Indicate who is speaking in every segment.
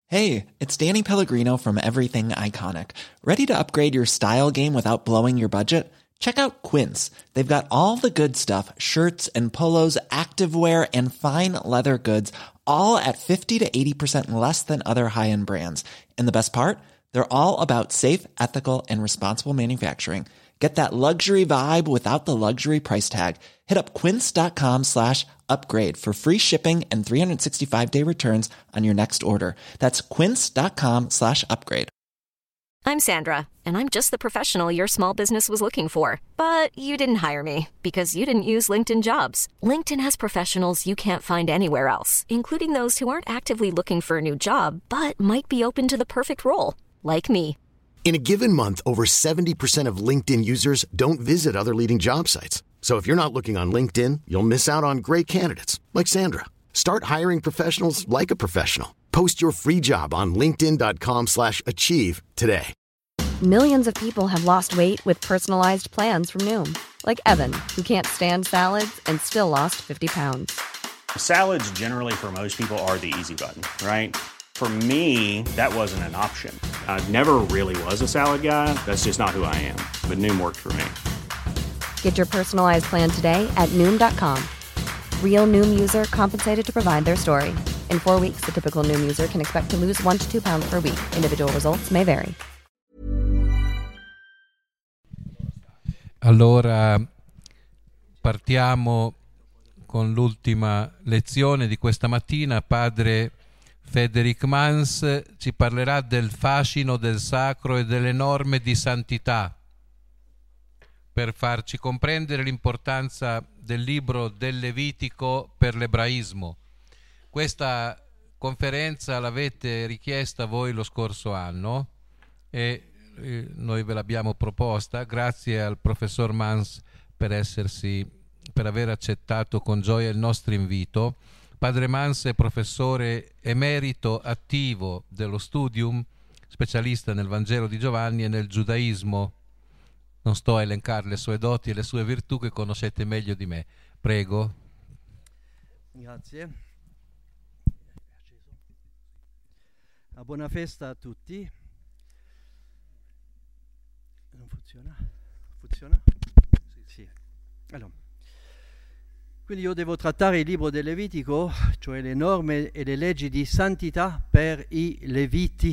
Speaker 1: Hey, it's Danny Pellegrino from Everything Iconic. Ready to upgrade your style game without blowing your budget? Check out Quince. They've got all the good stuff, shirts and polos, activewear, and fine leather goods, all at 50 to 80% less than other high-end brands. And the best part? They're all about safe, ethical, and responsible manufacturing. Get that luxury vibe without the luxury price tag. Hit up quince.com/upgrade for free shipping and 365-day returns on your next order. That's quince.com/upgrade.
Speaker 2: I'm Sandra, and I'm just the professional your small business was looking for. But you didn't hire me because you didn't use LinkedIn Jobs. LinkedIn has professionals you can't find anywhere else, including those who aren't actively looking for a new job, but might be open to the perfect role, like me.
Speaker 3: In a given month, over 70% of LinkedIn users don't visit other leading job sites. So if you're not looking on LinkedIn, you'll miss out on great candidates like Sandra. Start hiring professionals like a professional. Post your free job on linkedin.com/achieve today.
Speaker 4: Millions of people have lost weight with personalized plans from Noom. Like Evan, who can't stand salads and still lost 50 pounds.
Speaker 5: Salads generally for most people are the easy button, right? For me, that wasn't an option. I never really was a salad guy. That's just not who I am. But Noom worked for me.
Speaker 4: Get your personalized plan today at Noom.com. Real Noom user compensated to provide their story. In 4 weeks, the typical Noom user can expect to lose 1 to 2 pounds per week. Individual results may vary.
Speaker 6: Allora, partiamo con l'ultima lezione di questa mattina. Padre Frederick Mans ci parlerà del fascino del sacro e delle norme di santità, per farci comprendere l'importanza del libro del Levitico per l'ebraismo. Questa conferenza l'avete richiesta voi lo scorso anno e noi ve l'abbiamo proposta. Grazie al professor Mans per aver accettato con gioia il nostro invito. Padre Mans è professore emerito attivo dello Studium, specialista nel Vangelo di Giovanni e nel giudaismo. Non sto a elencare le sue doti e le sue virtù che conoscete meglio di me. Prego.
Speaker 7: Grazie. Una buona festa a tutti. Non funziona? Funziona? Sì. Allora. Quindi io devo trattare il libro del Levitico, cioè le norme e le leggi di santità per i Leviti.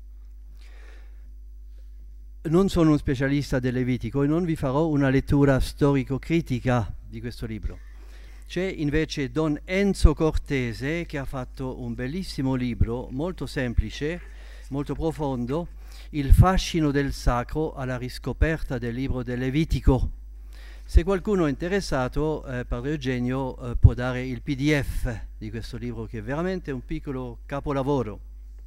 Speaker 7: Non sono un specialista del Levitico e non vi farò una lettura storico-critica di questo libro. C'è invece Don Enzo Cortese che ha fatto un bellissimo libro, molto semplice, molto profondo, Il fascino del sacro alla riscoperta del libro del Levitico. Se qualcuno è interessato, Padre Eugenio può dare il PDF di questo libro, che è veramente un piccolo capolavoro.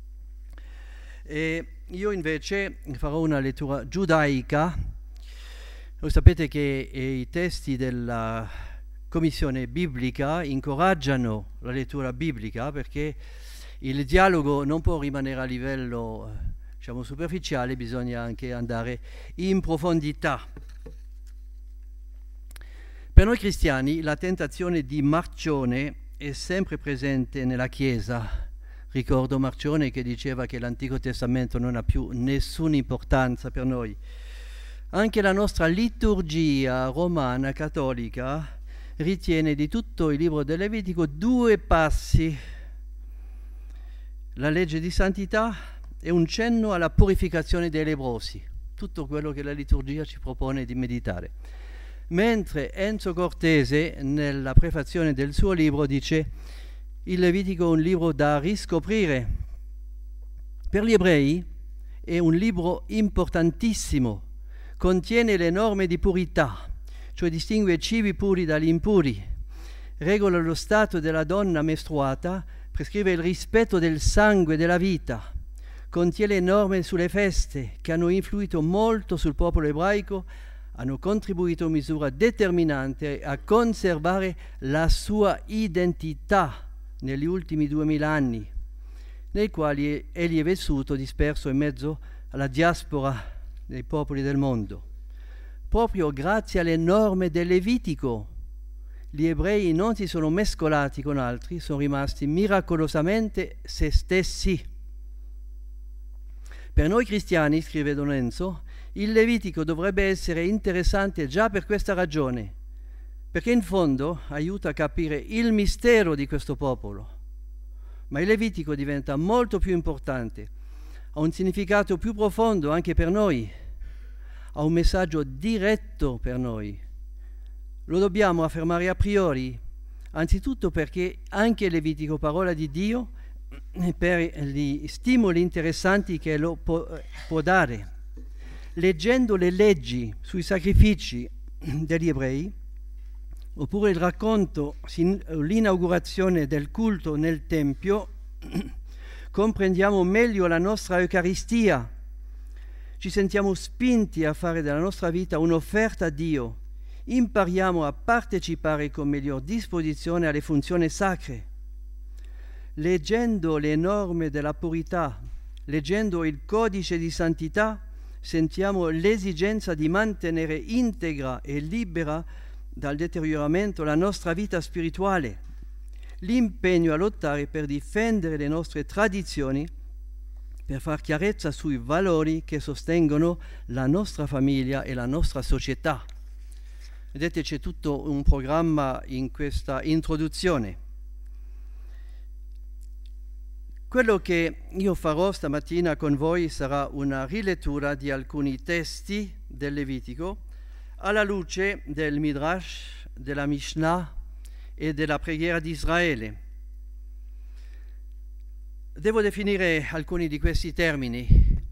Speaker 7: E io invece farò una lettura giudaica. Voi sapete che i testi della Commissione biblica incoraggiano la lettura biblica, perché il dialogo non può rimanere a livello, diciamo, superficiale, bisogna anche andare in profondità. Per noi cristiani la tentazione di Marcione è sempre presente nella Chiesa. Ricordo Marcione che diceva che l'Antico Testamento non ha più nessuna importanza per noi. Anche la nostra liturgia romana cattolica ritiene di tutto il libro del Levitico 2 passi: la legge di santità e un cenno alla purificazione dei leprosi, tutto quello che la liturgia ci propone di meditare. Mentre Enzo Cortese, nella prefazione del suo libro, dice: il Levitico è un libro da riscoprire. Per gli ebrei è un libro importantissimo, contiene le norme di purità, cioè distingue i cibi puri dagli impuri, regola lo stato della donna mestruata, prescrive il rispetto del sangue e della vita, contiene norme sulle feste che hanno influito molto sul popolo ebraico, hanno contribuito in misura determinante a conservare la sua identità negli ultimi 2000 anni, nei quali egli è vissuto disperso in mezzo alla diaspora dei popoli del mondo. Proprio grazie alle norme del Levitico, gli ebrei non si sono mescolati con altri, sono rimasti miracolosamente se stessi. Per noi cristiani, scrive Don Enzo, il Levitico dovrebbe essere interessante già per questa ragione, perché in fondo aiuta a capire il mistero di questo popolo. Ma il Levitico diventa molto più importante, ha un significato più profondo anche per noi, ha un messaggio diretto per noi. Lo dobbiamo affermare a priori, anzitutto perché anche il Levitico, parola di Dio, per gli stimoli interessanti che lo può dare. Leggendo le leggi sui sacrifici degli ebrei, oppure il racconto, l'inaugurazione del culto nel Tempio, comprendiamo meglio la nostra Eucaristia, ci sentiamo spinti a fare della nostra vita un'offerta a Dio, impariamo a partecipare con miglior disposizione alle funzioni sacre. Leggendo le norme della purità, leggendo il codice di santità, sentiamo l'esigenza di mantenere integra e libera dal deterioramento la nostra vita spirituale, l'impegno a lottare per difendere le nostre tradizioni, per far chiarezza sui valori che sostengono la nostra famiglia e la nostra società. Vedete, c'è tutto un programma in questa introduzione. Quello che io farò stamattina con voi sarà una rilettura di alcuni testi del Levitico alla luce del Midrash, della Mishnah e della preghiera di Israele. Devo definire alcuni di questi termini.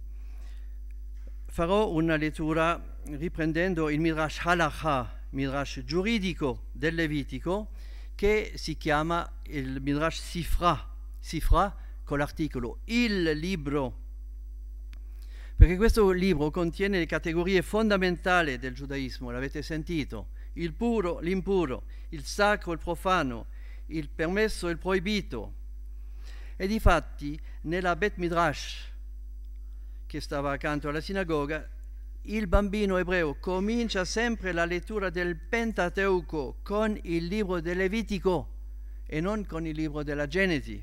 Speaker 7: Farò una lettura riprendendo il Midrash Halacha, Midrash giuridico del Levitico, che si chiama il Midrash Sifra con l'articolo il libro, perché questo libro contiene le categorie fondamentali del giudaismo, l'avete sentito, il puro, l'impuro, il sacro, il profano, il permesso e il proibito. E difatti nella Bet Midrash, che stava accanto alla sinagoga, il bambino ebreo comincia sempre la lettura del Pentateuco con il libro del Levitico e non con il libro della Genesi.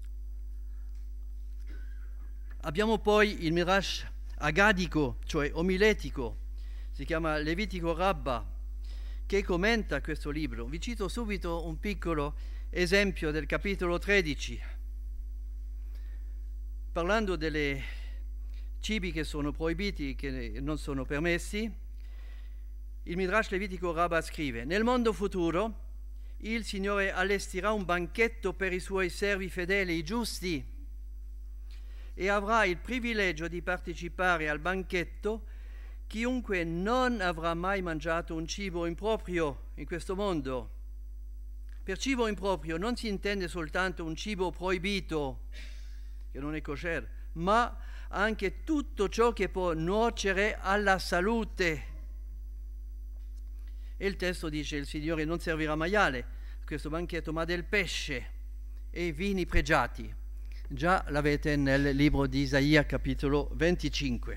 Speaker 7: Abbiamo poi il Midrash agadico, cioè omiletico, si chiama Levitico Rabba, che commenta questo libro. Vi cito subito un piccolo esempio del capitolo 13. Parlando delle cibi che sono proibiti, che non sono permessi, il Midrash Levitico Rabba scrive: nel mondo futuro il Signore allestirà un banchetto per i suoi servi fedeli, i giusti, e avrà il privilegio di partecipare al banchetto chiunque non avrà mai mangiato un cibo improprio in questo mondo. Per cibo improprio non si intende soltanto un cibo proibito, che non è kosher, ma anche tutto ciò che può nuocere alla salute. E il testo dice: il Signore non servirà maiale a questo banchetto, ma del pesce e vini pregiati. Già l'avete nel libro di Isaia, capitolo 25.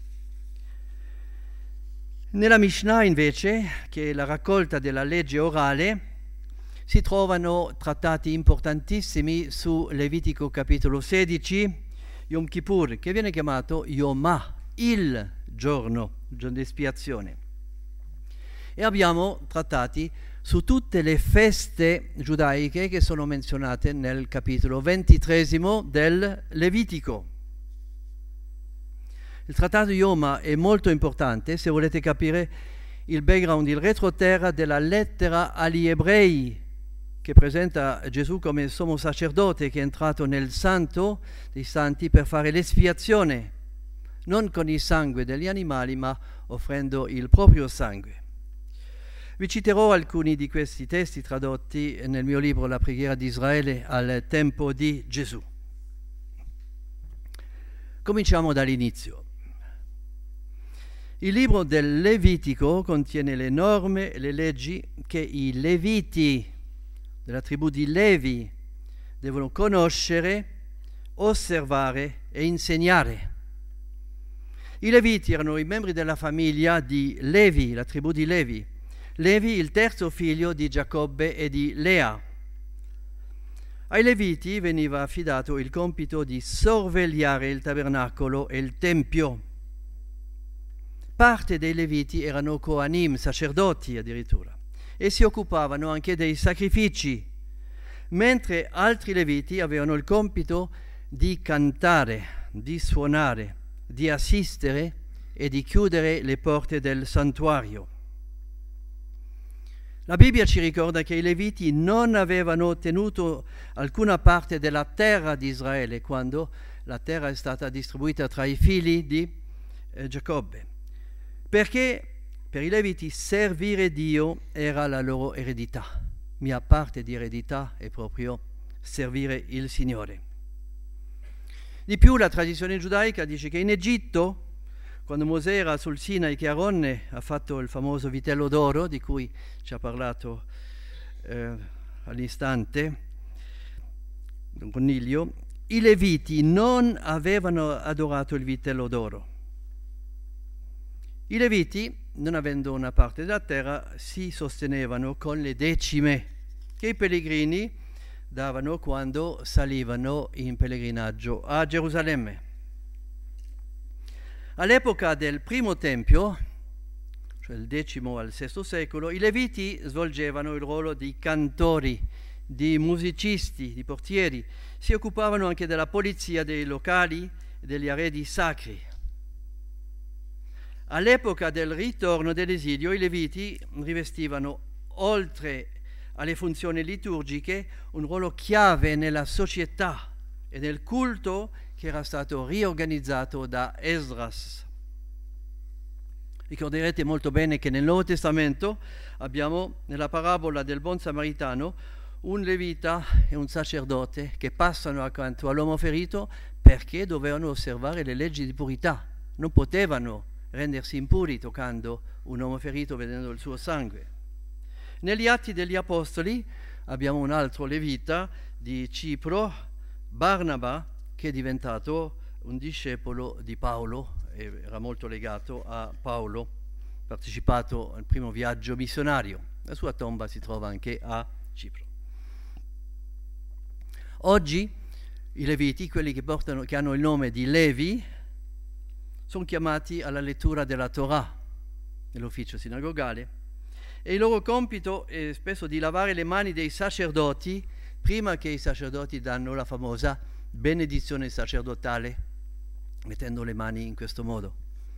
Speaker 7: Nella Mishnah, invece, che è la raccolta della legge orale, si trovano trattati importantissimi su Levitico, capitolo 16, Yom Kippur, che viene chiamato Yomah, il giorno di espiazione. E abbiamo trattati su tutte le feste giudaiche che sono menzionate nel capitolo 23 del Levitico. Il trattato Yoma è molto importante se volete capire il background, il retroterra della lettera agli ebrei, che presenta Gesù come sommo sacerdote che è entrato nel santo dei santi per fare l'espiazione, non con il sangue degli animali, ma offrendo il proprio sangue. Vi citerò alcuni di questi testi tradotti nel mio libro La preghiera di Israele al tempo di Gesù. Cominciamo dall'inizio. Il libro del Levitico contiene le norme e le leggi che i Leviti della tribù di Levi devono conoscere, osservare e insegnare. I Leviti erano i membri della famiglia di Levi, la tribù di Levi. Levi, il terzo figlio di Giacobbe e di Lea. Ai Leviti veniva affidato il compito di sorvegliare il tabernacolo e il tempio. Parte dei Leviti erano Kohanim, sacerdoti addirittura, e si occupavano anche dei sacrifici, mentre altri Leviti avevano il compito di cantare, di suonare, di assistere e di chiudere le porte del santuario. La Bibbia ci ricorda che i Leviti non avevano ottenuto alcuna parte della terra di Israele quando la terra è stata distribuita tra i figli di Giacobbe, perché per i Leviti servire Dio era la loro eredità. Mia parte di eredità è proprio servire il Signore. Di più, la tradizione giudaica dice che in Egitto, quando Mosè era sul Sinai, che Aronne ha fatto il famoso vitello d'oro di cui ci ha parlato all'istante Don Coniglio, i Leviti non avevano adorato il vitello d'oro. I Leviti, non avendo una parte della terra, si sostenevano con le decime che i pellegrini davano quando salivano in pellegrinaggio a Gerusalemme. All'epoca del primo tempio, cioè il X al VI secolo, i Leviti svolgevano il ruolo di cantori, di musicisti, di portieri. Si occupavano anche della polizia dei locali e degli arredi sacri. All'epoca del ritorno dell'esilio, i Leviti rivestivano, oltre alle funzioni liturgiche, un ruolo chiave nella società e nel culto che era stato riorganizzato da Esdras. Ricorderete molto bene che nel Nuovo Testamento abbiamo nella parabola del buon samaritano un levita e un sacerdote che passano accanto all'uomo ferito perché dovevano osservare le leggi di purità, non potevano rendersi impuri toccando un uomo ferito vedendo il suo sangue. Negli Atti degli Apostoli abbiamo un altro levita di Cipro, Barnaba, che è diventato un discepolo di Paolo, era molto legato a Paolo, partecipato al primo viaggio missionario. La sua tomba si trova anche a Cipro. Oggi i Leviti, quelli che hanno il nome di Levi, sono chiamati alla lettura della Torah nell'ufficio sinagogale e il loro compito è spesso di lavare le mani dei sacerdoti prima che i sacerdoti danno la famosa benedizione sacerdotale, mettendo le mani in questo modo.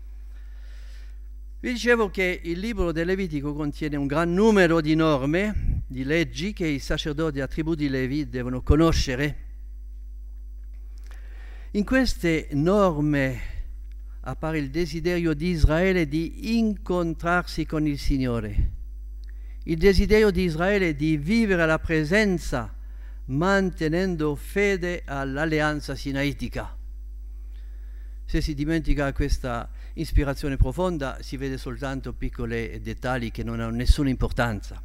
Speaker 7: Vi dicevo che il libro del Levitico contiene un gran numero di norme, di leggi che i sacerdoti della tribù di Levi devono conoscere. In queste norme appare il desiderio di Israele di incontrarsi con il Signore, il desiderio di Israele di vivere alla presenza mantenendo fede all'alleanza sinaitica. Se si dimentica questa ispirazione profonda, si vede soltanto piccoli dettagli che non hanno nessuna importanza.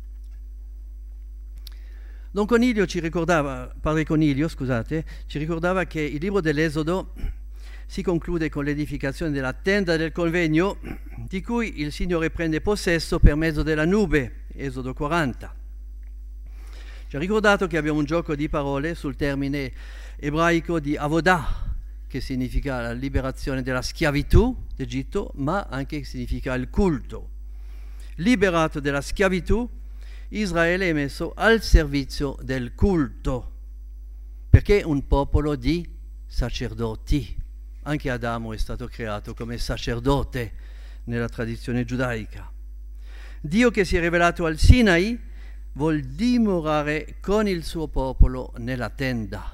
Speaker 7: Don Coniglio padre Coniglio, ci ricordava che il libro dell'Esodo si conclude con l'edificazione della tenda del convegno, di cui il Signore prende possesso per mezzo della nube, Esodo 40. Ci ha ricordato che abbiamo un gioco di parole sul termine ebraico di avodah, che significa la liberazione dalla schiavitù d'Egitto, ma anche significa il culto. Liberato dalla schiavitù, Israele è messo al servizio del culto, perché è un popolo di sacerdoti. Anche Adamo è stato creato come sacerdote nella tradizione giudaica. Dio che si è rivelato al Sinai vuol dimorare con il suo popolo nella tenda.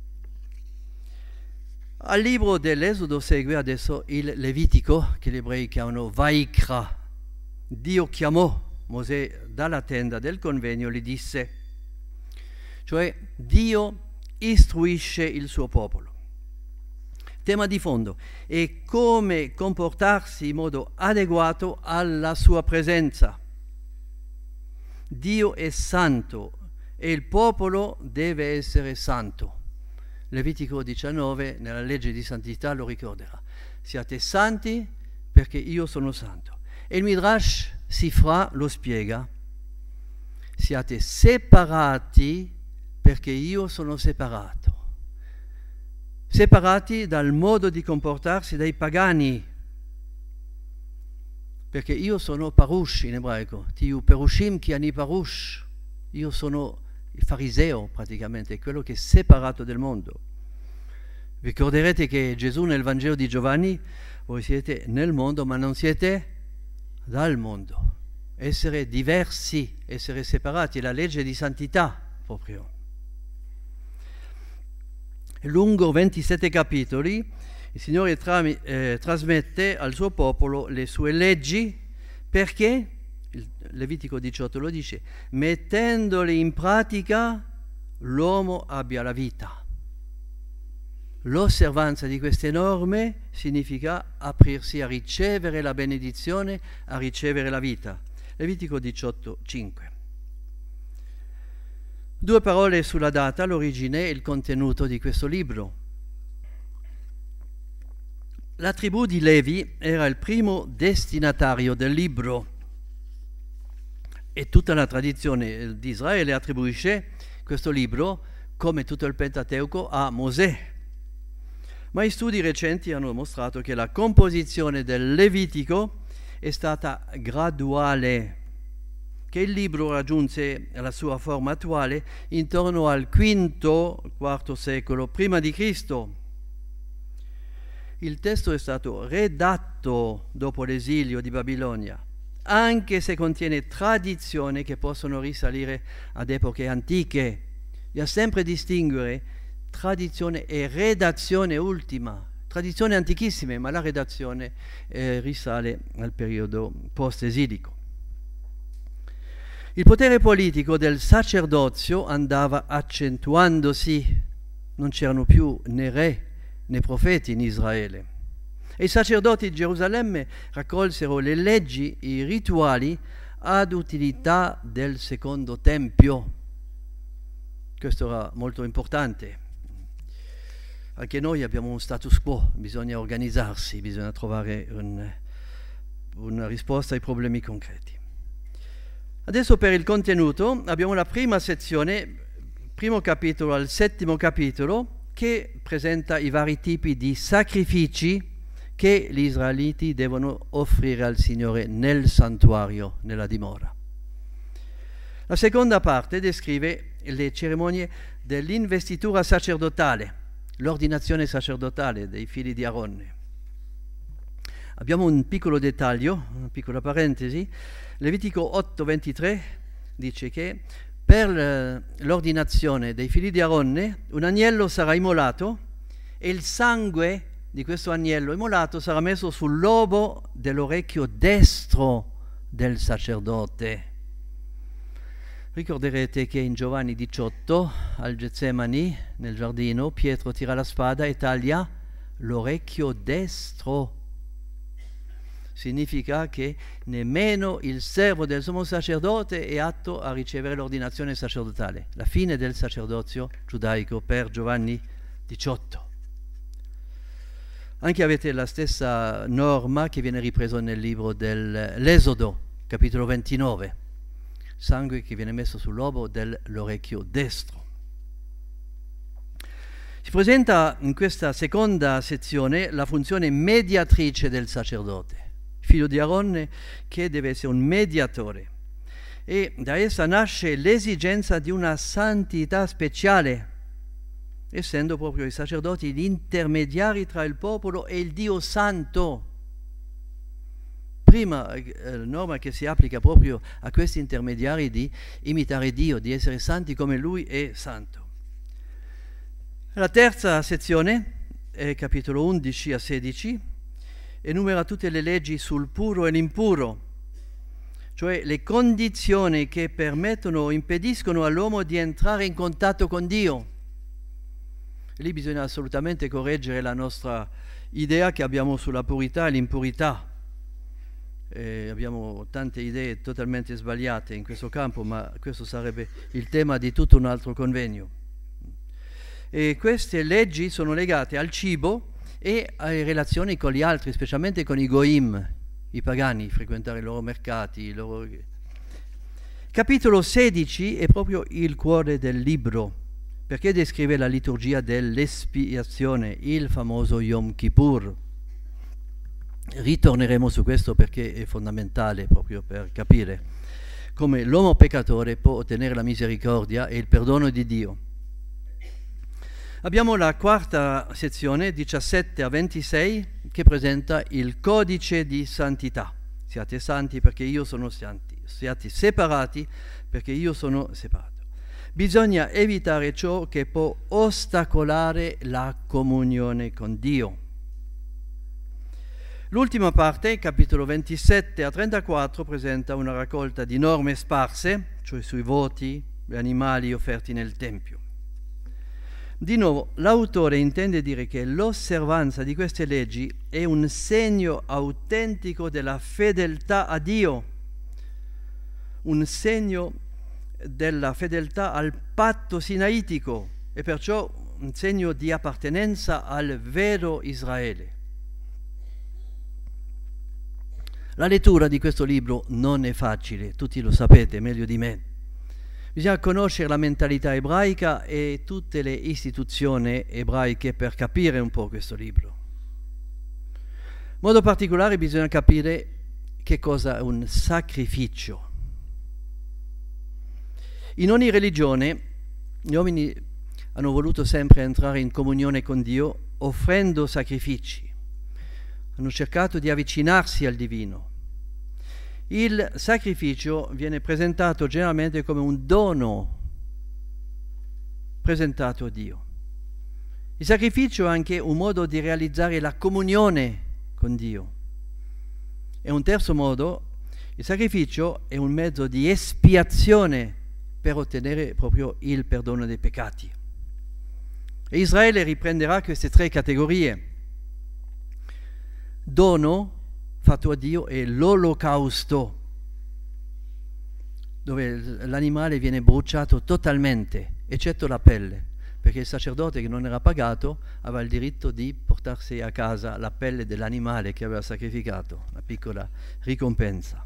Speaker 7: Al libro dell'Esodo segue adesso il Levitico, che gli ebrei chiamano Vaikra. Dio chiamò Mosè dalla tenda del convegno, gli disse, cioè Dio istruisce il suo popolo. Tema di fondo è come comportarsi in modo adeguato alla sua presenza. Dio è santo e il popolo deve essere santo. Levitico 19 nella legge di santità lo ricorderà. Siate santi perché io sono santo. E il Midrash Sifra lo spiega. Siate separati perché io sono separato. Separati dal modo di comportarsi dei pagani, perché io sono parush in ebraico, tiu perushim ki ani parush, io sono il fariseo praticamente, quello che è separato del mondo. Ricorderete che Gesù nel Vangelo di Giovanni, voi siete nel mondo ma non siete dal mondo. Essere diversi, essere separati, è la legge di santità proprio. Lungo 27 capitoli il Signore trasmette al suo popolo le sue leggi perché, il Levitico 18 lo dice, mettendole in pratica l'uomo abbia la vita. L'osservanza di queste norme significa aprirsi a ricevere la benedizione, a ricevere la vita. Levitico 18:5. Due parole sulla data, l'origine e il contenuto di questo libro. La tribù di Levi era il primo destinatario del libro e tutta la tradizione di Israele attribuisce questo libro, come tutto il Pentateuco, a Mosè. Ma i studi recenti hanno mostrato che la composizione del Levitico è stata graduale, che il libro raggiunse la sua forma attuale intorno al IV secolo prima di Cristo. Il testo è stato redatto dopo l'esilio di Babilonia, anche se contiene tradizioni che possono risalire ad epoche antiche. Bisogna sempre distinguere tradizione e redazione ultima. Tradizioni antichissime, ma la redazione risale al periodo post-esilico. Il potere politico del sacerdozio andava accentuandosi, non c'erano più né re né profeti in Israele. E i sacerdoti di Gerusalemme raccolsero le leggi, i rituali ad utilità del secondo tempio. Questo era molto importante. Anche noi abbiamo un status quo, bisogna organizzarsi, bisogna trovare una risposta ai problemi concreti. Adesso per il contenuto abbiamo la prima sezione, primo capitolo al settimo capitolo, che presenta i vari tipi di sacrifici che gli israeliti devono offrire al Signore nel santuario, nella dimora. La seconda parte descrive le cerimonie dell'investitura sacerdotale, l'ordinazione sacerdotale dei figli di Aronne. Abbiamo un piccolo dettaglio, una piccola parentesi. Levitico 8:23 dice che per l'ordinazione dei figli di Aronne un agnello sarà immolato e il sangue di questo agnello immolato sarà messo sul lobo dell'orecchio destro del sacerdote. Ricorderete che in Giovanni 18 al Getsemani, nel giardino, Pietro tira la spada e taglia l'orecchio destro. Significa che nemmeno il servo del sommo sacerdote è atto a ricevere l'ordinazione sacerdotale. La fine del sacerdozio giudaico per Giovanni 18. Anche avete la stessa norma che viene ripresa nel libro dell'Esodo, capitolo 29. Sangue che viene messo sul lobo dell'orecchio destro. Si presenta in questa seconda sezione la funzione mediatrice del sacerdote, figlio di Aronne, che deve essere un mediatore, e da essa nasce l'esigenza di una santità speciale, essendo proprio i sacerdoti gli intermediari tra il popolo e il Dio santo. Prima norma che si applica proprio a questi intermediari di imitare Dio, di essere santi come Lui è santo. La terza sezione è capitolo 11 a 16, enumera tutte le leggi sul puro e l'impuro, cioè le condizioni che permettono o impediscono all'uomo di entrare in contatto con Dio. E lì bisogna assolutamente correggere la nostra idea che abbiamo sulla purità e l'impurità. Abbiamo tante idee totalmente sbagliate in questo campo, ma questo sarebbe il tema di tutto un altro convegno. E queste leggi sono legate al cibo e alle relazioni con gli altri, specialmente con i goim, i pagani, frequentare i loro mercati. Capitolo 16 è proprio il cuore del libro, perché descrive la liturgia dell'espiazione, il famoso Yom Kippur. Ritorneremo su questo perché è fondamentale proprio per capire come l'uomo peccatore può ottenere la misericordia e il perdono di Dio. Abbiamo la quarta sezione, 17 a 26, che presenta il codice di santità. Siate santi perché io sono santi, siate separati perché io sono separato. Bisogna evitare ciò che può ostacolare la comunione con Dio. L'ultima parte, capitolo 27 a 34, presenta una raccolta di norme sparse, cioè sui voti, gli animali offerti nel Tempio. Di nuovo, l'autore intende dire che l'osservanza di queste leggi è un segno autentico della fedeltà a Dio, un segno della fedeltà al patto sinaitico e perciò un segno di appartenenza al vero Israele. La lettura di questo libro non è facile, tutti lo sapete meglio di me. Bisogna conoscere la mentalità ebraica e tutte le istituzioni ebraiche per capire un po' questo libro. In modo particolare bisogna capire che cosa è un sacrificio. In ogni religione gli uomini hanno voluto sempre entrare in comunione con Dio offrendo sacrifici. Hanno cercato di avvicinarsi al divino. Il sacrificio viene presentato generalmente come un dono presentato a Dio. Il sacrificio è anche un modo di realizzare la comunione con Dio. E un terzo modo, il sacrificio è un mezzo di espiazione per ottenere proprio il perdono dei peccati. E Israele riprenderà queste tre categorie. Dono fatto a Dio è l'olocausto, dove l'animale viene bruciato totalmente, eccetto la pelle, perché il sacerdote che non era pagato aveva il diritto di portarsi a casa la pelle dell'animale che aveva sacrificato, una piccola ricompensa.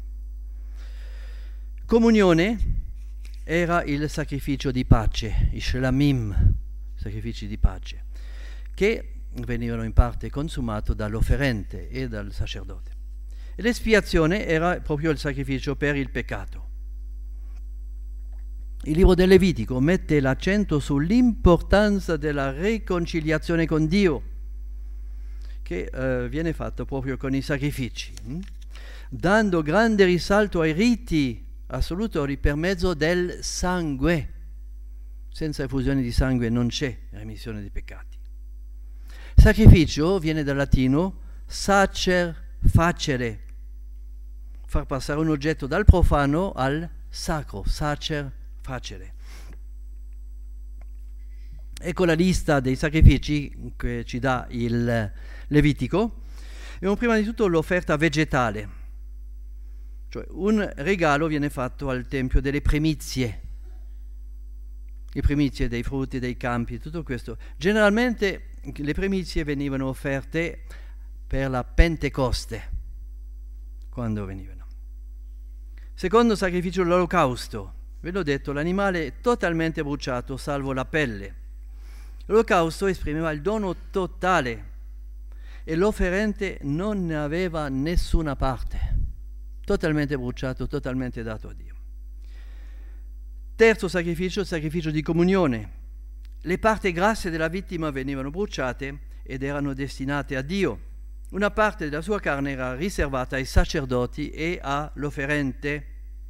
Speaker 7: Comunione era il sacrificio di pace, i shlamim, sacrifici di pace, che venivano in parte consumati dall'offerente e dal sacerdote. E l'espiazione era proprio il sacrificio per il peccato. Il libro del Levitico mette l'accento sull'importanza della riconciliazione con Dio, che viene fatto proprio con i sacrifici, dando grande risalto ai riti assolutori per mezzo del sangue. Senza effusione di sangue non c'è remissione dei peccati. Sacrificio viene dal latino sacer facere, far passare un oggetto dal profano al sacro, sacer facere. Ecco la lista dei sacrifici che ci dà il Levitico. E prima di tutto l'offerta vegetale, cioè un regalo viene fatto al Tempio delle primizie, le primizie dei frutti, dei campi, tutto questo. Generalmente le primizie venivano offerte per la Pentecoste, quando venivano. Secondo sacrificio, l'olocausto. Ve l'ho detto, l'animale è totalmente bruciato, salvo la pelle. L'olocausto esprimeva il dono totale e l'offerente non ne aveva nessuna parte. Totalmente bruciato, totalmente dato a Dio. Terzo sacrificio, il sacrificio di comunione. Le parti grasse della vittima venivano bruciate ed erano destinate a Dio. Una parte della sua carne era riservata ai sacerdoti e all'offerente.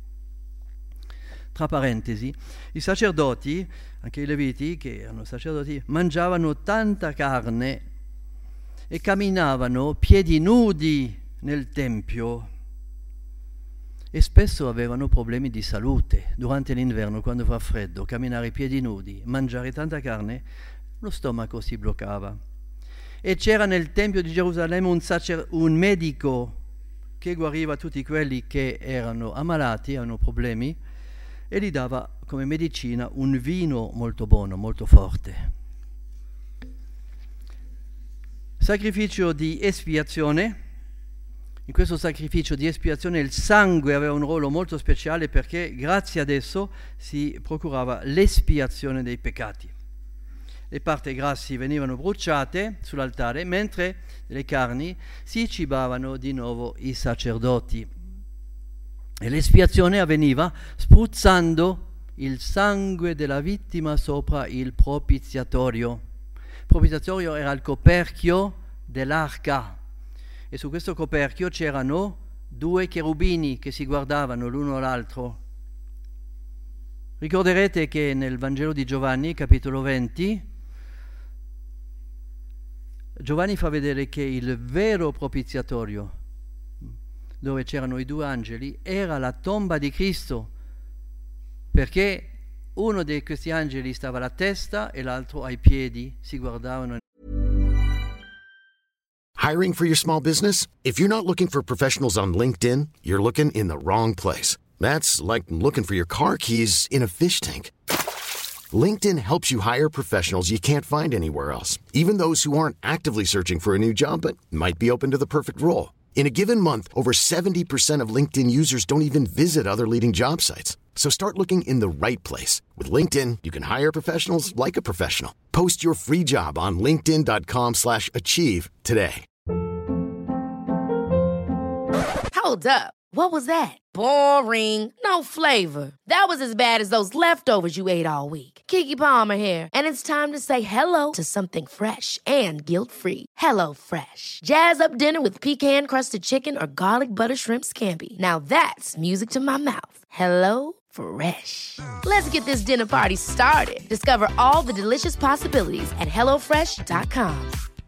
Speaker 7: Tra parentesi, i sacerdoti, anche i leviti, che erano sacerdoti, mangiavano tanta carne e camminavano piedi nudi nel Tempio e spesso avevano problemi di salute. Durante l'inverno, quando fa freddo, camminare piedi nudi, mangiare tanta carne, lo stomaco si bloccava. E c'era nel Tempio di Gerusalemme un medico che guariva tutti quelli che erano ammalati, avevano problemi, e gli dava come medicina un vino molto buono, molto forte. Sacrificio di espiazione. In questo sacrificio di espiazione il sangue aveva un ruolo molto speciale perché grazie ad esso si procurava l'espiazione dei peccati. le parti grassi venivano bruciate sull'altare, mentre le carni si cibavano di nuovo i sacerdoti. E l'espiazione avveniva spruzzando il sangue della vittima sopra il propiziatorio. Il propiziatorio era il coperchio dell'arca e su questo coperchio c'erano 2 cherubini che si guardavano l'uno l'altro. Ricorderete che nel Vangelo di Giovanni, capitolo 20, Giovanni fa vedere che il vero propiziatorio, dove c'erano i 2 angeli, era la tomba di Cristo, perché uno di questi angeli stava alla testa e l'altro ai piedi, si guardavano.
Speaker 3: Hiring for your small business? If you're not looking for professionals on LinkedIn, you're looking in the wrong place. That's like looking for your car keys in a fish tank. LinkedIn helps you hire professionals you can't find anywhere else, even those who aren't actively searching for a new job but might be open to the perfect role. In a given month, over 70% of LinkedIn users don't even visit other leading job sites. So start looking in the right place. With LinkedIn, you can hire professionals like a professional. Post your free job on linkedin.com/achieve today.
Speaker 8: Hold up. What was that? Boring. No flavor. That was as bad as those leftovers you ate all week. Keke Palmer here, and it's time to say hello to something fresh and guilt-free. Hello Fresh. Jazz up dinner with pecan-crusted chicken or garlic butter shrimp scampi. Now that's music to my mouth. Hello Fresh. Let's get this dinner party started. Discover all the delicious possibilities at hellofresh.com.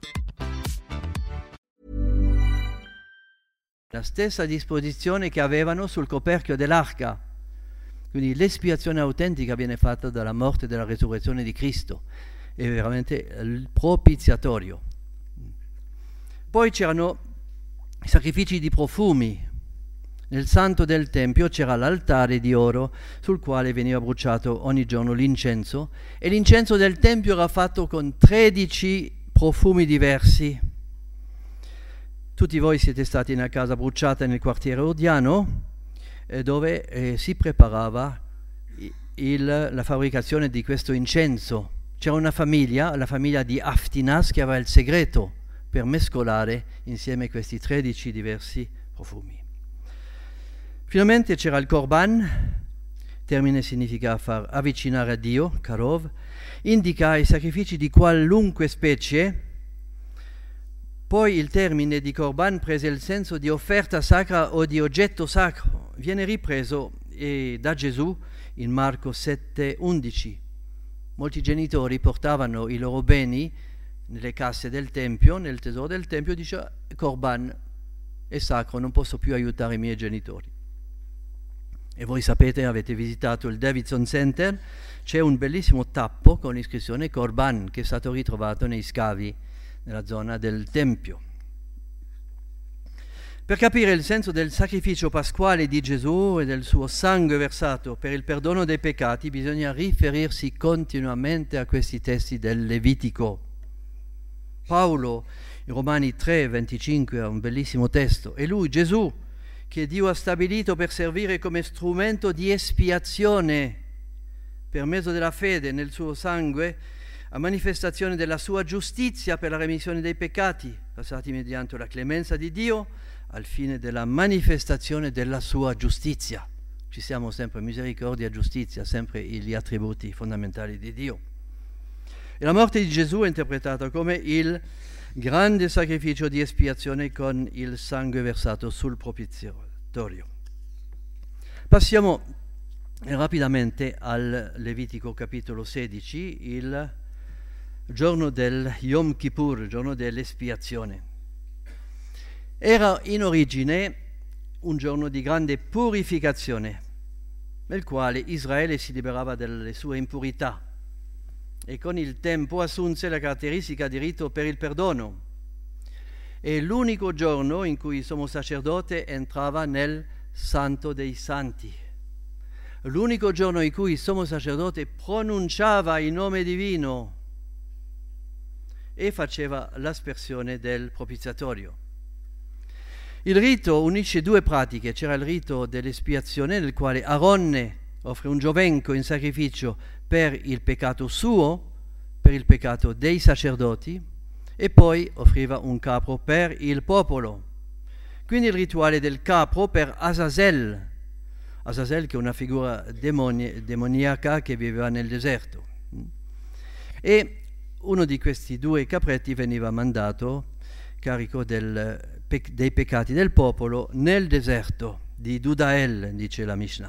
Speaker 7: La stessa disposizione che avevano sul coperchio dell'arca. Quindi l'espiazione autentica viene fatta dalla morte e dalla resurrezione di Cristo. È veramente il propiziatorio. Poi c'erano i sacrifici di profumi. Nel santo del Tempio c'era l'altare di oro sul quale veniva bruciato ogni giorno l'incenso, e l'incenso del Tempio era fatto con 13 profumi diversi. Tutti voi siete stati in una casa bruciata nel quartiere Ordiano, dove si preparava la fabbricazione di questo incenso. C'era una famiglia, la famiglia di Aftinas, che aveva il segreto per mescolare insieme questi 13 diversi profumi. Finalmente c'era il Korban, termine significa far avvicinare a Dio, Karov, indica i sacrifici di qualunque specie. Poi il termine di Korban prese il senso di offerta sacra o di oggetto sacro. Viene ripreso da Gesù in Marco 7,11. Molti genitori portavano i loro beni nelle casse del Tempio, nel tesoro del Tempio, e diceva: Korban è sacro, non posso più aiutare i miei genitori. E voi sapete, avete visitato il Davidson Center, c'è un bellissimo tappo con l'iscrizione Korban che è stato ritrovato nei scavi nella zona del Tempio. Per capire il senso del sacrificio pasquale di Gesù e del suo sangue versato per il perdono dei peccati, bisogna riferirsi continuamente a questi testi del Levitico. Paolo, in Romani 3,25, ha un bellissimo testo. E lui, Gesù, che Dio ha stabilito per servire come strumento di espiazione per mezzo della fede nel suo sangue, a manifestazione della sua giustizia per la remissione dei peccati, passati mediante la clemenza di Dio, al fine della manifestazione della sua giustizia. Ci siamo sempre: misericordia, giustizia, sempre gli attributi fondamentali di Dio. E la morte di Gesù è interpretata come il grande sacrificio di espiazione con il sangue versato sul propiziatorio. Passiamo rapidamente al Levitico capitolo 16, il giorno del Yom Kippur, il giorno dell'espiazione. Era in origine un giorno di grande purificazione, nel quale Israele si liberava delle sue impurità e con il tempo assunse la caratteristica di rito per il perdono. È l'unico giorno in cui il sommo sacerdote entrava nel Santo dei Santi, l'unico giorno in cui il sommo sacerdote pronunciava il nome divino e faceva l'aspersione del propiziatorio. Il rito unisce due pratiche. C'era il rito dell'espiazione, nel quale Aronne offre un giovenco in sacrificio per il peccato suo, per il peccato dei sacerdoti e poi offriva un capro per il popolo. Quindi il rituale del capro per Azazel, che è una figura demoniaca che viveva nel deserto. E uno di questi due capretti veniva mandato carico dei peccati del popolo nel deserto di Dudael, dice la Mishnah.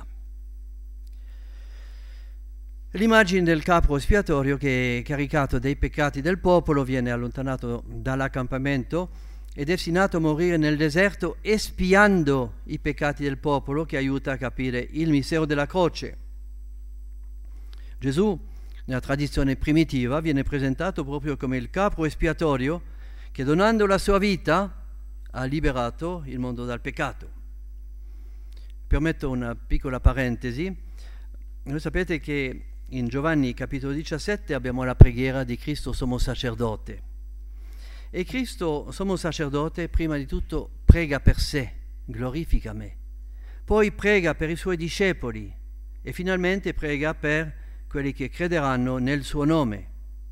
Speaker 7: L'immagine del capro espiatorio che, caricato dei peccati del popolo, viene allontanato dall'accampamento è destinato a morire nel deserto espiando i peccati del popolo, che aiuta a capire il mistero della croce. Gesù, nella tradizione primitiva, viene presentato proprio come il capro espiatorio che, donando la sua vita, ha liberato il mondo dal peccato. Permetto una piccola parentesi. Voi sapete che in Giovanni capitolo 17 abbiamo la preghiera di Cristo sommo sacerdote. E Cristo sommo sacerdote prima di tutto prega per sé, glorifica me, poi prega per i suoi discepoli e finalmente prega per quelli che crederanno nel suo nome.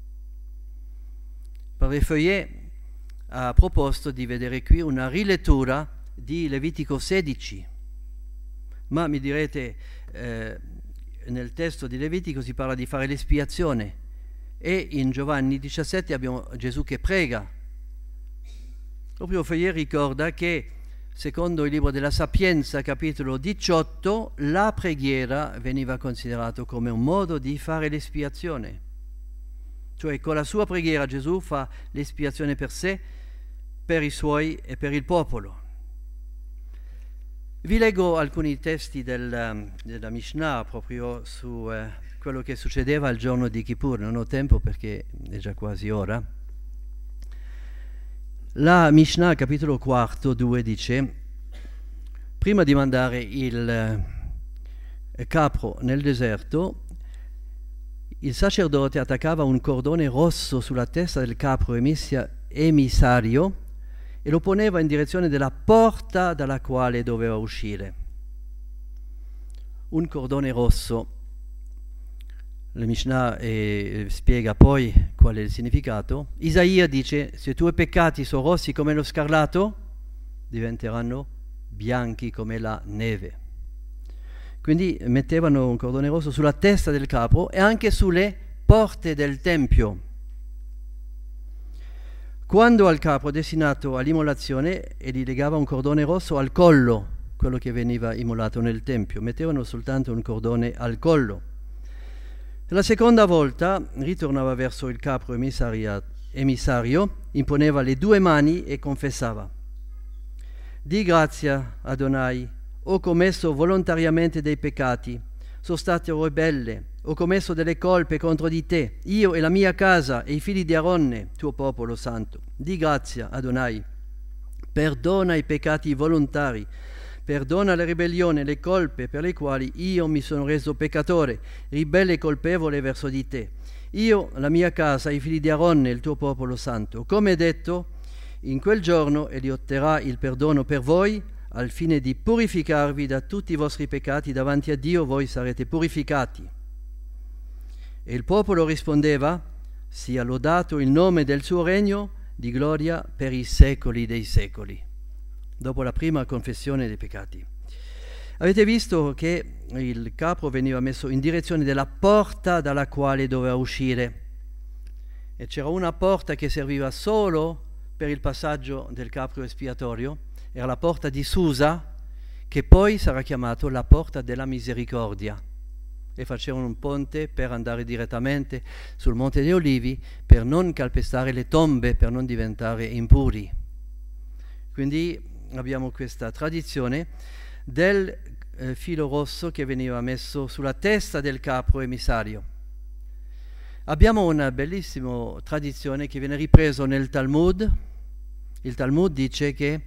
Speaker 7: Padre Feuillet ha proposto di vedere qui una rilettura di Levitico 16, ma mi direte nel testo di Levitico si parla di fare l'espiazione e in Giovanni 17 abbiamo Gesù che prega. Proprio Feuillet ricorda che secondo il libro della Sapienza capitolo 18 la preghiera veniva considerato come un modo di fare l'espiazione, cioè con la sua preghiera Gesù fa l'espiazione per sé, per i suoi e per il popolo. Vi leggo alcuni testi della Mishnah proprio su quello che succedeva il giorno di Kippur. Non ho tempo perché è già quasi ora. La Mishnah, capitolo 4, 2, dice: prima di mandare il capro nel deserto, il sacerdote attaccava un cordone rosso sulla testa del capro emissario e lo poneva in direzione della porta dalla quale doveva uscire. Un cordone rosso. La Mishnah spiega poi qual è il significato. Isaia dice: se i tuoi peccati sono rossi come lo scarlatto, diventeranno bianchi come la neve. Quindi mettevano un cordone rosso sulla testa del capro e anche sulle porte del tempio. Quando al capro destinato all'immolazione e gli legava un cordone rosso al collo, quello che veniva immolato nel tempio, mettevano soltanto un cordone al collo. La seconda volta ritornava verso il capro emissario, imponeva le due mani e confessava: di grazia, Adonai, ho commesso volontariamente dei peccati, sono stato ribelle, ho commesso delle colpe contro di te, io e la mia casa e i figli di Aronne, tuo popolo santo. Di grazia, Adonai, perdona i peccati volontari, perdona le ribellioni e le colpe per le quali io mi sono reso peccatore, ribelle e colpevole verso di te. Io, la mia casa, i figli di Aronne, il tuo popolo santo. Come è detto, in quel giorno egli otterrà il perdono per voi, al fine di purificarvi da tutti i vostri peccati davanti a Dio, voi sarete purificati. E il popolo rispondeva: sia lodato il nome del suo regno di gloria per i secoli dei secoli. Dopo la prima confessione dei peccati. Avete visto che il capro veniva messo in direzione della porta dalla quale doveva uscire, e c'era una porta che serviva solo per il passaggio del capro espiatorio, era la porta di Susa, che poi sarà chiamato la porta della misericordia, e facevano un ponte per andare direttamente sul Monte dei Olivi per non calpestare le tombe, per non diventare impuri. Quindi abbiamo questa tradizione del filo rosso che veniva messo sulla testa del capro emissario. Abbiamo una bellissima tradizione che viene ripreso nel Talmud. Il Talmud dice che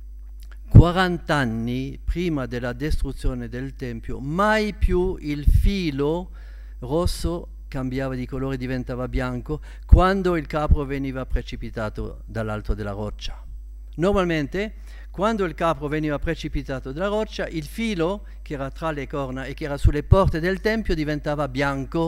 Speaker 7: 40 anni prima della distruzione del Tempio mai più il filo rosso cambiava di colore, diventava bianco quando il capro veniva precipitato dall'alto della roccia. Normalmente quando il capro veniva precipitato dalla roccia, il filo che era tra le corna e che era sulle porte del Tempio diventava bianco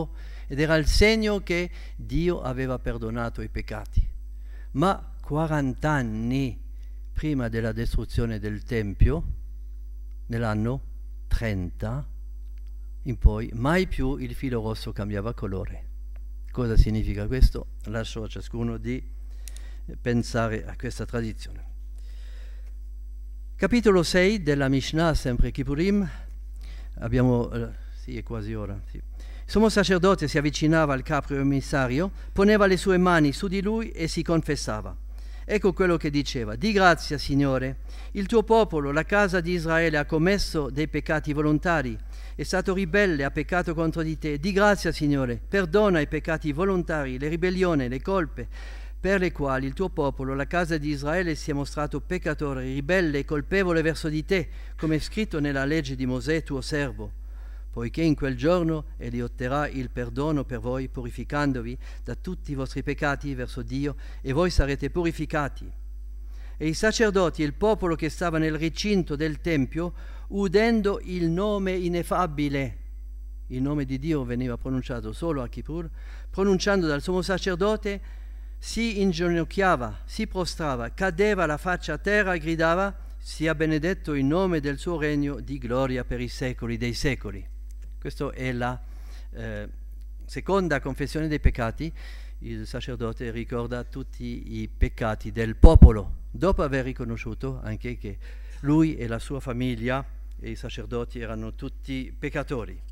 Speaker 7: ed era il segno che Dio aveva perdonato i peccati. Ma 40 anni prima della distruzione del Tempio, nell'anno 30 in poi, mai più il filo rosso cambiava colore. Cosa significa questo? Lascio a ciascuno di pensare a questa tradizione. Capitolo 6 della Mishnah, sempre Kippurim. Abbiamo, sì, è quasi ora. Sì. Il sommo sacerdote si avvicinava al capro emissario, poneva le sue mani su di lui e si confessava. Ecco quello che diceva: di grazia, Signore, il tuo popolo, la casa di Israele, ha commesso dei peccati volontari, è stato ribelle, ha peccato contro di te. Di grazia, Signore, perdona i peccati volontari, le ribellioni, le colpe, per le quali il tuo popolo, la casa di Israele, si è mostrato peccatore, ribelle e colpevole verso di te, come è scritto nella legge di Mosè, tuo servo. Poiché in quel giorno egli otterrà il perdono per voi, purificandovi da tutti i vostri peccati verso Dio, e voi sarete purificati. E i sacerdoti e il popolo che stava nel recinto del Tempio, udendo il nome ineffabile, il nome di Dio veniva pronunciato solo a Kippur, pronunciando dal sommo sacerdote, si inginocchiava, si prostrava, cadeva la faccia a terra e gridava: sia benedetto il nome del suo regno di gloria per i secoli dei secoli. Questa è la seconda confessione dei peccati. Il sacerdote ricorda tutti i peccati del popolo, dopo aver riconosciuto anche che lui e la sua famiglia e i sacerdoti erano tutti peccatori.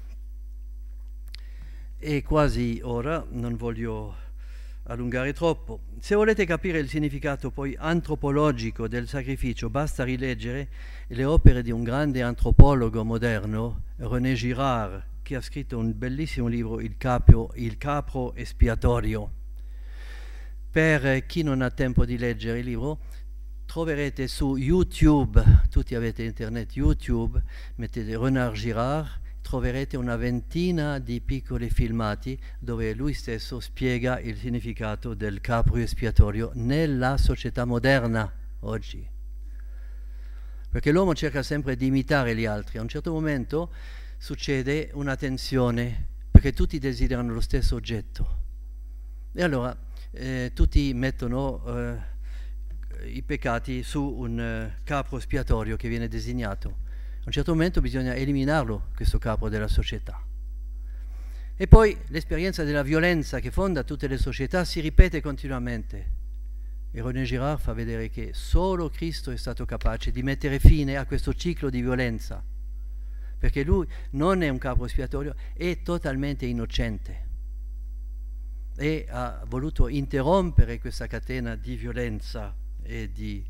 Speaker 7: E quasi ora, non voglio allungare troppo. Se volete capire il significato poi antropologico del sacrificio, basta rileggere le opere di un grande antropologo moderno, René Girard, che ha scritto un bellissimo libro, Il capro espiatorio. Per chi non ha tempo di leggere il libro, troverete su YouTube, tutti avete internet, YouTube, mettete René Girard, troverete una ventina di piccoli filmati dove lui stesso spiega il significato del capro espiatorio nella società moderna oggi. Perché l'uomo cerca sempre di imitare gli altri. A un certo momento succede una tensione perché tutti desiderano lo stesso oggetto. E allora tutti mettono i peccati su un capro espiatorio che viene designato. A un certo momento bisogna eliminarlo, questo capo della società. E poi l'esperienza della violenza che fonda tutte le società si ripete continuamente. E René Girard fa vedere che solo Cristo è stato capace di mettere fine a questo ciclo di violenza, perché lui non è un capo espiatorio, è totalmente innocente e ha voluto interrompere questa catena di violenza e di...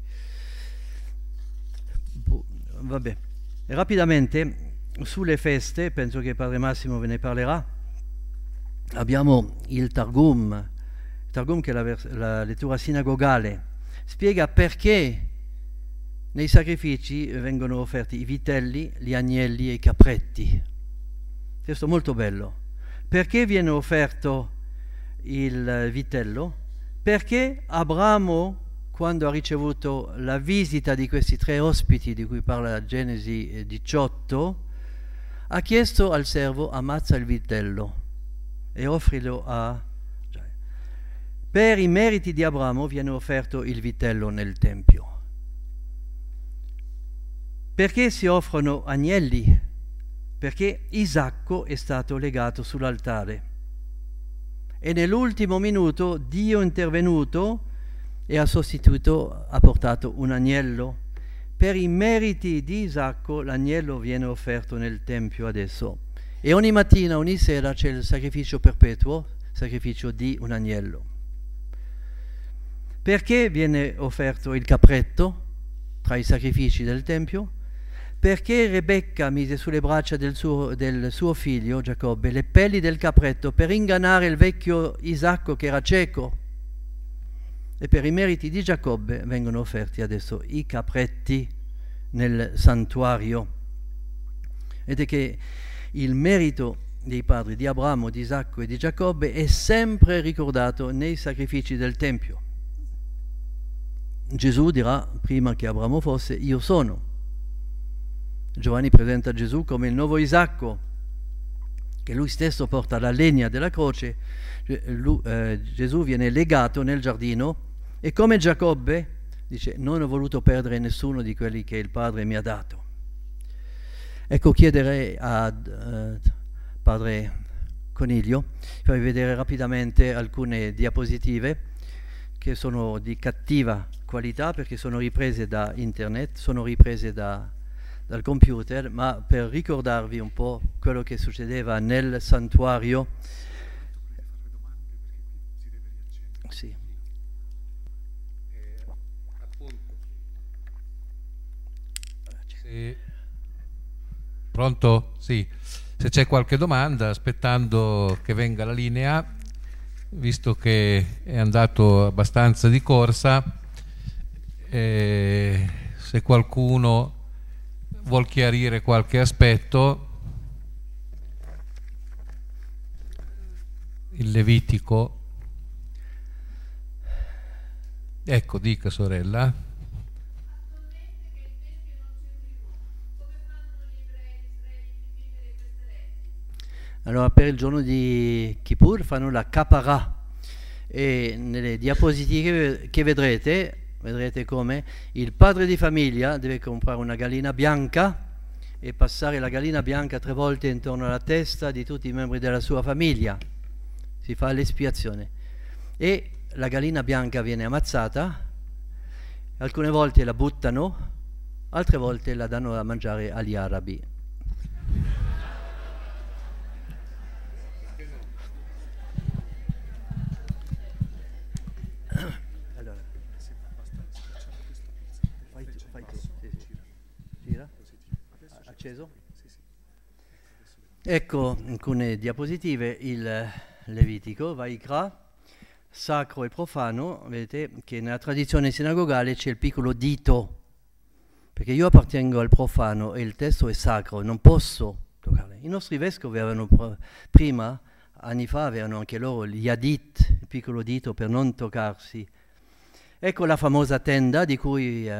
Speaker 7: Vabbè. Rapidamente sulle feste, penso che Padre Massimo ve ne parlerà, abbiamo il Targum che è la lettura sinagogale, spiega perché nei sacrifici vengono offerti i vitelli, gli agnelli e i capretti. Testo molto bello. Perché viene offerto il vitello? Perché Abramo, quando ha ricevuto la visita di questi tre ospiti di cui parla Genesi 18, ha chiesto al servo: ammazza il vitello e offrilo a... Per i meriti di Abramo viene offerto il vitello nel Tempio. Perché si offrono agnelli? Perché Isacco è stato legato sull'altare e nell'ultimo minuto Dio è intervenuto e ha portato un agnello. Per i meriti di Isacco l'agnello viene offerto nel Tempio adesso. E ogni mattina, ogni sera c'è il sacrificio perpetuo, sacrificio di un agnello. Perché viene offerto il capretto tra i sacrifici del Tempio? Perché Rebecca mise sulle braccia del suo figlio Giacobbe le pelli del capretto per ingannare il vecchio Isacco che era cieco. E per i meriti di Giacobbe vengono offerti adesso i capretti nel santuario. Vedete che il merito dei padri di Abramo, di Isacco e di Giacobbe è sempre ricordato nei sacrifici del Tempio. Gesù dirà, prima che Abramo fosse, io sono. Giovanni presenta Gesù come il nuovo Isacco, che lui stesso porta la legna della croce, Gesù viene legato nel giardino e come Giacobbe dice: non ho voluto perdere nessuno di quelli che il Padre mi ha dato. Ecco, chiederei a Padre Coniglio di farvi vedere rapidamente alcune diapositive che sono di cattiva qualità perché sono riprese da internet, sono riprese dal computer, ma per ricordarvi un po' quello che succedeva nel santuario. Sì.
Speaker 6: Sì. Pronto? Sì. Se c'è qualche domanda, aspettando che venga la linea, visto che è andato abbastanza di corsa, se qualcuno vuol chiarire qualche aspetto, il Levitico. Ecco, dica sorella.
Speaker 7: Allora, per il giorno di Kippur fanno la Kapara e nelle diapositive che vedrete come il padre di famiglia deve comprare una gallina bianca e passare la gallina bianca 3 volte intorno alla testa di tutti i membri della sua famiglia. Si fa l'espiazione e la gallina bianca viene ammazzata, alcune volte la buttano, altre volte la danno a mangiare agli arabi. Allora, fai tu. Sì. Gira? Acceso? Ecco alcune diapositive, il Levitico, Vaikra, sacro e profano. Vedete che nella tradizione sinagogale c'è il piccolo dito, perché io appartengo al profano e il testo è sacro, non posso toccare. I nostri vescovi avevano prima, anni fa, avevano anche loro gli yadit, il piccolo dito per non toccarsi. Ecco la famosa tenda di cui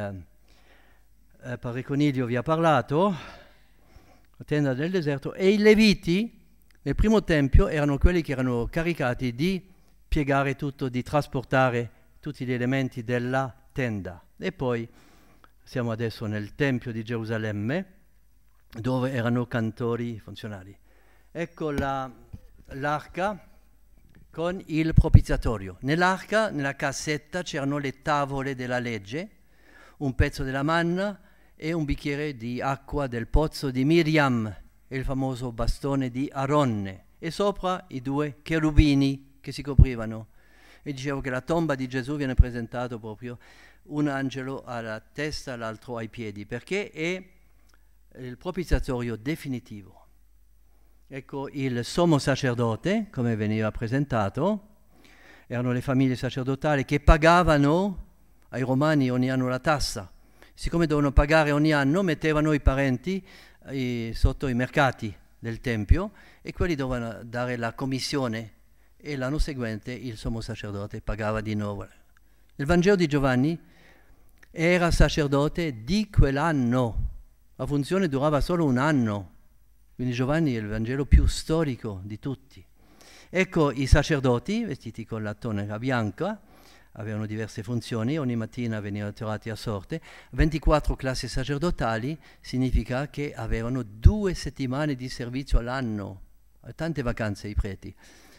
Speaker 7: Padre Coniglio vi ha parlato, la tenda del deserto, e i Leviti nel primo tempio erano quelli che erano caricati di piegare tutto, di trasportare tutti gli elementi della tenda. E poi siamo adesso nel Tempio di Gerusalemme, dove erano cantori funzionali. Ecco l'arca con il propiziatorio. Nell'arca, nella cassetta, c'erano le tavole della legge, un pezzo della manna e un bicchiere di acqua del pozzo di Miriam e il famoso bastone di Aronne. E sopra i 2 cherubini che si coprivano. E dicevo che la tomba di Gesù viene presentato proprio un angelo alla testa, l'altro ai piedi, perché è il propiziatorio definitivo. Ecco il sommo sacerdote, come veniva presentato, erano le famiglie sacerdotali che pagavano ai romani ogni anno la tassa. Siccome dovevano pagare ogni anno, mettevano i parenti sotto i mercati del Tempio e quelli dovevano dare la commissione e l'anno seguente il sommo sacerdote pagava di nuovo. Il Vangelo di Giovanni era sacerdote di quell'anno, la funzione durava solo un anno, quindi Giovanni è il Vangelo più storico di tutti. Ecco i sacerdoti vestiti con la tonaca bianca, avevano diverse funzioni, ogni mattina venivano tirati a sorte. 24 classi sacerdotali significa che avevano 2 settimane di servizio all'anno, tante vacanze i preti.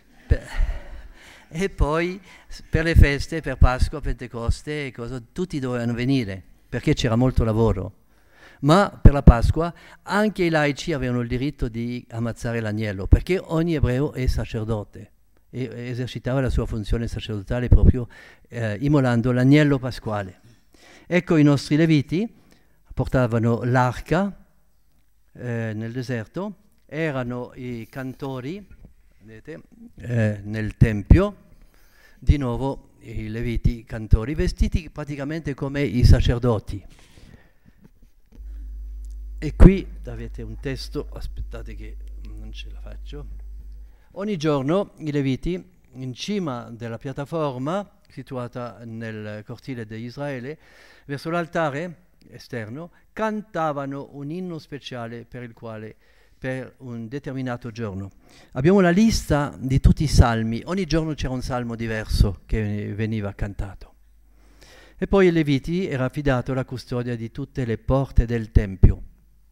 Speaker 7: E poi per le feste, per Pasqua, Pentecoste, tutti dovevano venire, perché c'era molto lavoro. Ma per la Pasqua anche i laici avevano il diritto di ammazzare l'agnello, perché ogni ebreo è sacerdote e esercitava la sua funzione sacerdotale proprio immolando l'agnello pasquale. Ecco i nostri leviti portavano l'arca nel deserto, erano i cantori, vedete, nel tempio, di nuovo i leviti cantori, vestiti praticamente come i sacerdoti. E qui avete un testo, aspettate che non ce la faccio. Ogni giorno i leviti, in cima della piattaforma situata nel cortile di Israele, verso l'altare esterno, cantavano un inno speciale per il quale per un determinato giorno. Abbiamo la lista di tutti i salmi, ogni giorno c'era un salmo diverso che veniva cantato. E poi ai Leviti era affidato la custodia di tutte le porte del Tempio.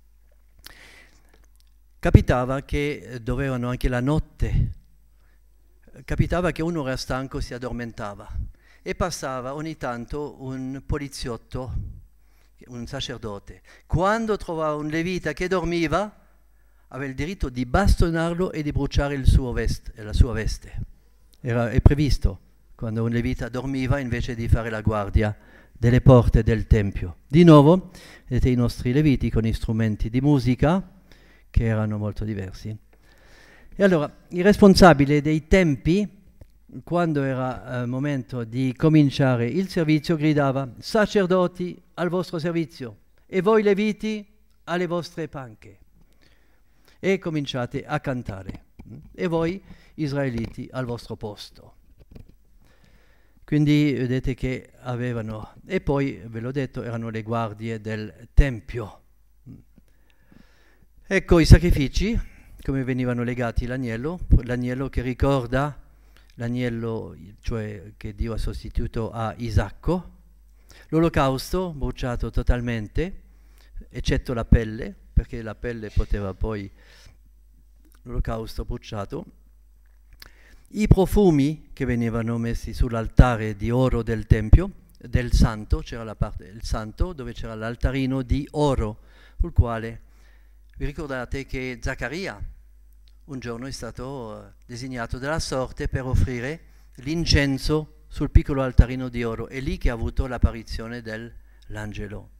Speaker 7: Capitava che dovevano anche la notte, capitava che uno era stanco, si addormentava e passava ogni tanto un poliziotto, un sacerdote. Quando trovava un levita che dormiva, aveva il diritto di bastonarlo e di bruciare la sua veste. È previsto quando un levita dormiva invece di fare la guardia delle porte del Tempio. Di nuovo, vedete i nostri leviti con gli strumenti di musica, che erano molto diversi. E allora, il responsabile dei tempi, quando era momento di cominciare il servizio, gridava: sacerdoti al vostro servizio e voi leviti alle vostre panche. E cominciate a cantare. E voi israeliti al vostro posto. Quindi vedete che avevano, e poi ve l'ho detto, erano le guardie del Tempio. Ecco i sacrifici, come venivano legati l'agnello che ricorda l'agnello, cioè che Dio ha sostituito a Isacco, l'olocausto bruciato totalmente, eccetto la pelle, perché la pelle poteva poi, l'olocausto bruciato, i profumi che venivano messi sull'altare di oro del Tempio, del Santo, c'era la parte del Santo dove c'era l'altarino di oro, sul quale vi ricordate che Zaccaria un giorno è stato designato dalla sorte per offrire l'incenso sul piccolo altarino di oro. È lì che ha avuto l'apparizione dell'angelo.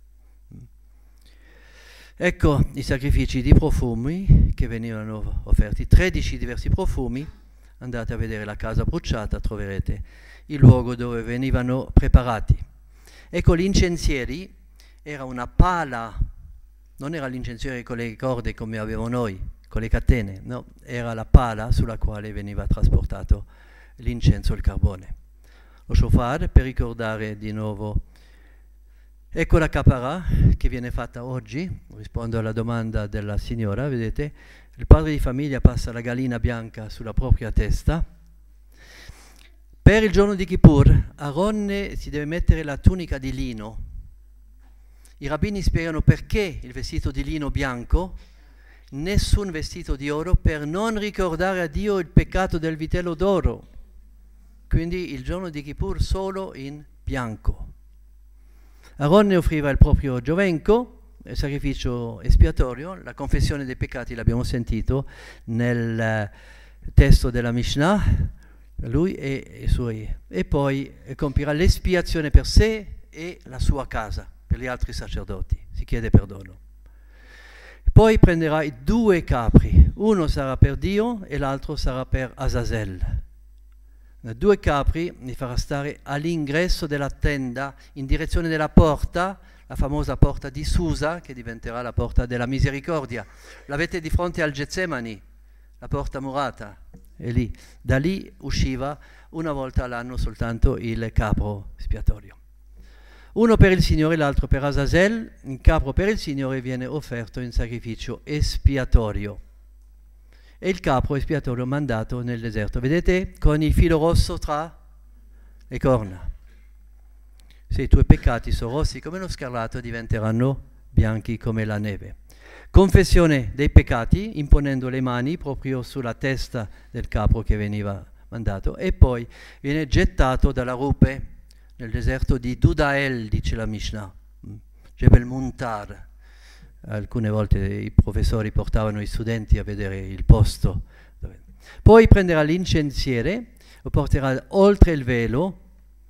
Speaker 7: Ecco i sacrifici di profumi che venivano offerti, 13 diversi profumi. Andate a vedere la casa bruciata, troverete il luogo dove venivano preparati. Ecco, gli incensieri era una pala, non era l'incensiere con le corde come avevamo noi, con le catene, no, era la pala sulla quale veniva trasportato l'incenso e il carbone. Lo shofar per ricordare di nuovo. Ecco la capara che viene fatta oggi, rispondo alla domanda della signora, vedete, il padre di famiglia passa la gallina bianca sulla propria testa. Per il giorno di Kippur, Aronne si deve mettere la tunica di lino. I rabbini spiegano perché il vestito di lino bianco, nessun vestito di oro, per non ricordare a Dio il peccato del vitello d'oro. Quindi il giorno di Kippur solo in bianco. Aronne offriva il proprio giovenco, il sacrificio espiatorio, la confessione dei peccati l'abbiamo sentito nel testo della Mishnah, lui e i suoi, e poi compirà l'espiazione per sé e la sua casa, per gli altri sacerdoti, si chiede perdono. Poi prenderà i 2 capri, uno sarà per Dio e l'altro sarà per Azazel. 2 capri li farà stare all'ingresso della tenda in direzione della porta, la famosa porta di Susa, che diventerà la porta della misericordia. L'avete di fronte al Getsemani, la porta murata, è lì. Da lì usciva una volta all'anno soltanto il capro espiatorio. Uno per il Signore e l'altro per Azazel. Il capro per il Signore viene offerto in sacrificio espiatorio. E il capro espiatorio mandato nel deserto. Vedete? Con il filo rosso tra le corna. Se i tuoi peccati sono rossi come lo scarlatto, diventeranno bianchi come la neve. Confessione dei peccati, imponendo le mani proprio sulla testa del capro che veniva mandato, e poi viene gettato dalla rupe nel deserto di Dudael, dice la Mishnah, Jebel Muntar. Alcune volte i professori portavano i studenti a vedere il posto. Poi prenderà l'incensiere, lo porterà oltre il velo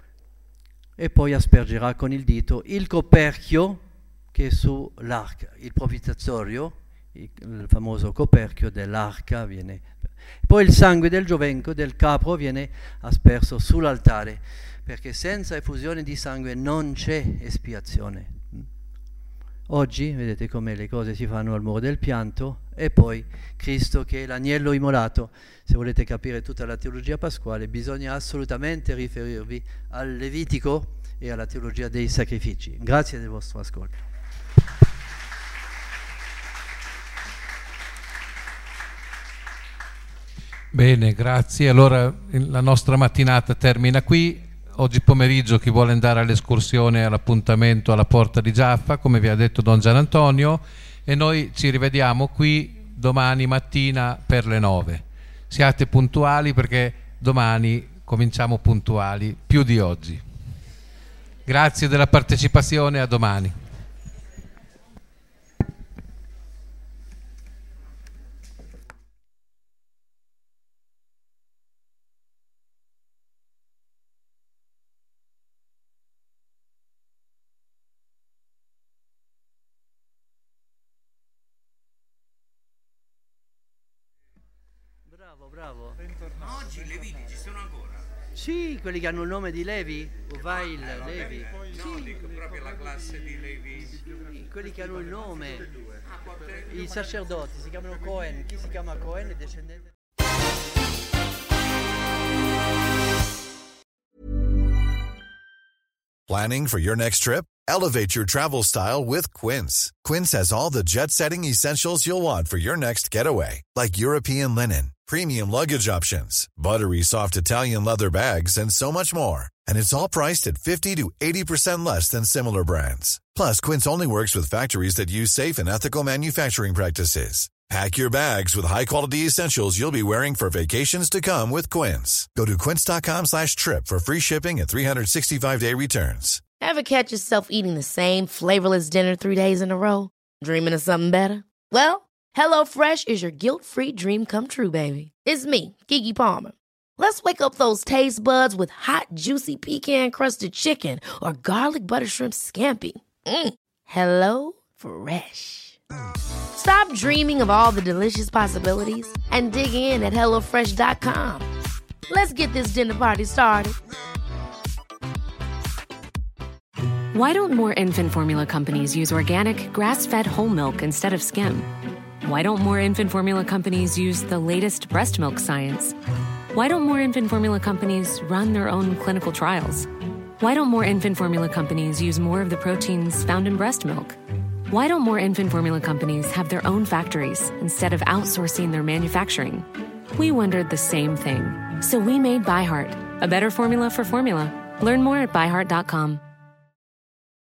Speaker 7: e poi aspergerà con il dito il coperchio che è sull'arca, il propiziatorio, il famoso coperchio dell'arca viene. Poi il sangue del giovenco, del capro, viene asperso sull'altare, perché senza effusione di sangue non c'è espiazione. Oggi vedete come le cose si fanno al muro del pianto, e poi Cristo che è l'agnello immolato. Se volete capire tutta la teologia pasquale bisogna assolutamente riferirvi al Levitico e alla teologia dei sacrifici. Grazie del vostro ascolto.
Speaker 6: Bene, grazie. Allora la nostra mattinata termina qui. Oggi pomeriggio chi vuole andare all'escursione all'appuntamento alla Porta di Giaffa, come vi ha detto Don Gianantonio, e noi ci rivediamo qui domani mattina per le 9. Siate puntuali perché domani cominciamo puntuali più di oggi. Grazie della partecipazione, a domani.
Speaker 7: Bravo.
Speaker 9: Ma oggi le viti ci sono ancora?
Speaker 7: Sì, quelli che hanno il nome di Levi, Ovail, Levi.
Speaker 9: No, dico proprio la classe di Levi.
Speaker 7: Sì, quelli che hanno il nome. I sacerdoti si chiamano Cohen. Chi si chiama Cohen è discendente.
Speaker 10: Planning for your next trip? Elevate your travel style with Quince. Quince has all the jet-setting essentials you'll want for your next getaway, like European linen, premium luggage options, buttery soft Italian leather bags, and so much more. And it's all priced at 50 to 80% less than similar brands. Plus, Quince only works with factories that use safe and ethical manufacturing practices. Pack your bags with high-quality essentials you'll be wearing for vacations to come with Quince. Go to quince.com/trip for free shipping and 365-day returns.
Speaker 8: Ever catch yourself eating the same flavorless dinner 3 days in a row? Dreaming of something better? Well, HelloFresh is your guilt-free dream come true, baby. It's me, Keke Palmer. Let's wake up those taste buds with hot, juicy pecan-crusted chicken or garlic butter shrimp scampi. HelloFresh. Stop dreaming of all the delicious possibilities and dig in at HelloFresh.com. Let's get this dinner party started.
Speaker 11: Why don't more infant formula companies use organic, grass-fed whole milk instead of skim? Why don't more infant formula companies use the latest breast milk science? Why don't more infant formula companies run their own clinical trials? Why don't more infant formula companies use more of the proteins found in breast milk? Why don't more infant formula companies have their own factories instead of outsourcing their manufacturing? We wondered the same thing. So we made ByHeart, a better formula for formula. Learn more at byheart.com.